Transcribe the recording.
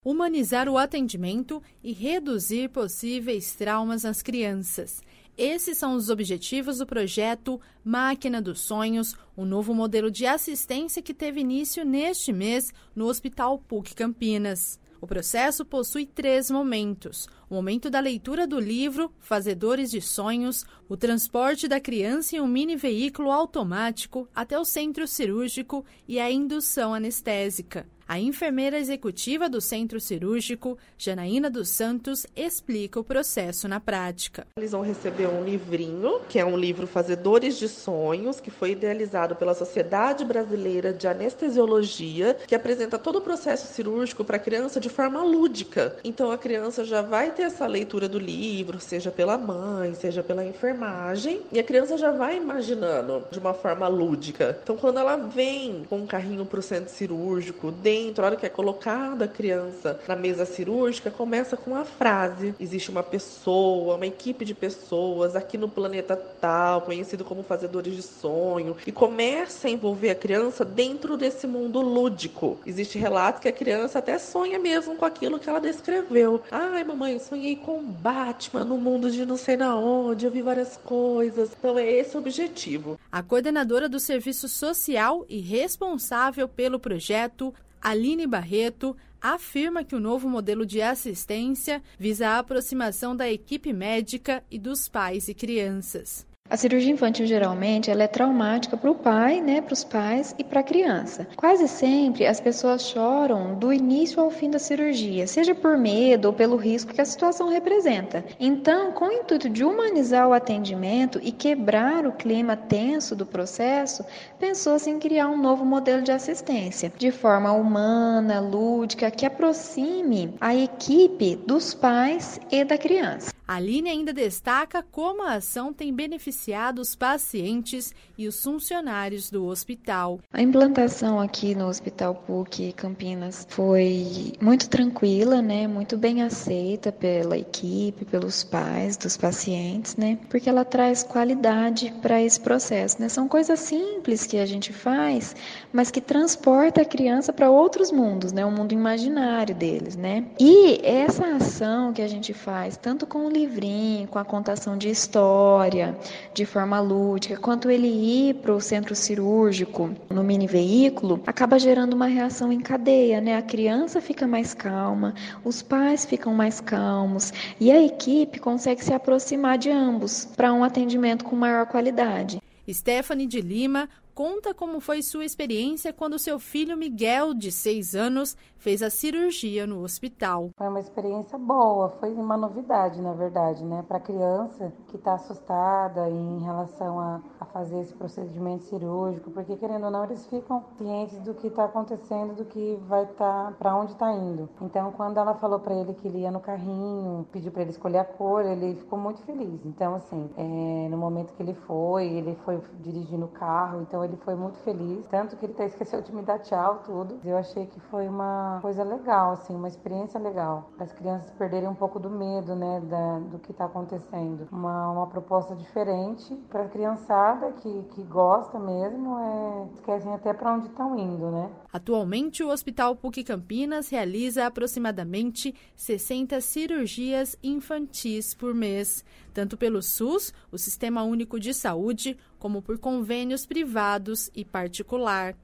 humanizar o atendimento e reduzir possíveis traumas nas crianças. Esses são os objetivos do projeto Máquina dos Sonhos, um novo modelo de assistência que teve início neste mês no Hospital PUC Campinas. O processo possui 3 momentos: o momento da leitura do livro Fazedores de Sonhos, o transporte da criança em um mini veículo automático até o centro cirúrgico e a indução anestésica. A enfermeira executiva do centro cirúrgico, Janaína dos Santos, explica o processo na prática. Eles vão receber um livrinho, que é um livro Fazedores de Sonhos, que foi idealizado pela Sociedade Brasileira de Anestesiologia, que apresenta todo o processo cirúrgico para a criança de forma lúdica. Então a criança já vai ter essa leitura do livro, seja pela mãe, seja pela enfermagem, e a criança já vai imaginando de uma forma lúdica. Então quando ela vem com um carrinho para o centro cirúrgico, a hora que é colocada a criança na mesa cirúrgica, começa com a frase: existe uma pessoa, uma equipe de pessoas aqui no planeta tal, conhecido como Fazedores de Sonho, e começa a envolver a criança dentro desse mundo lúdico. Existe relato que a criança até sonha mesmo com aquilo que ela descreveu. Ai, mamãe, eu sonhei com Batman no mundo de não sei na onde, eu vi várias coisas. Então é esse o objetivo. A coordenadora do Serviço Social e responsável pelo projeto, Aline Barreto, afirma que o novo modelo de assistência visa a aproximação da equipe médica e dos pais e crianças. A cirurgia infantil, geralmente, ela é traumática para o pai, para os pais e para a criança. Quase sempre, as pessoas choram do início ao fim da cirurgia, seja por medo ou pelo risco que a situação representa. Então, com o intuito de humanizar o atendimento e quebrar o clima tenso do processo, pensou-se em criar um novo modelo de assistência, de forma humana, lúdica, que aproxime a equipe dos pais e da criança. A Aline ainda destaca como a ação tem beneficiado os pacientes e os funcionários do hospital. A implantação aqui no Hospital PUC Campinas foi muito tranquila, muito bem aceita pela equipe, pelos pais dos pacientes, porque ela traz qualidade para esse processo. São coisas simples que a gente faz, mas que transporta a criança para outros mundos, um mundo imaginário deles. E essa ação que a gente faz, tanto com o livrinho, com a contação de história, de forma lúdica, quanto ele ir para o centro cirúrgico no mini veículo, acaba gerando uma reação em cadeia, A criança fica mais calma, os pais ficam mais calmos e a equipe consegue se aproximar de ambos para um atendimento com maior qualidade. Stephanie de Lima conta como foi sua experiência quando seu filho Miguel, de 6 anos, fez a cirurgia no hospital. Foi uma experiência boa, foi uma novidade, na verdade, para a criança que está assustada em relação a fazer esse procedimento cirúrgico, porque querendo ou não, eles ficam cientes do que está acontecendo, do que vai estar, para onde está indo. Então, quando ela falou para ele que ele ia no carrinho, pediu para ele escolher a cor, ele ficou muito feliz. Então, assim, no momento que ele foi dirigindo o carro, então ele foi muito feliz, tanto que ele até esqueceu de me dar tchau, tudo. Eu achei que foi uma coisa legal, assim, uma experiência legal, para as crianças perderem um pouco do medo, do que está acontecendo. Uma proposta diferente para a criançada que gosta mesmo, esquecem até para onde estão indo, Atualmente, o Hospital PUC Campinas realiza aproximadamente 60 cirurgias infantis por mês, tanto pelo SUS, o Sistema Único de Saúde, como por convênios privados e particular.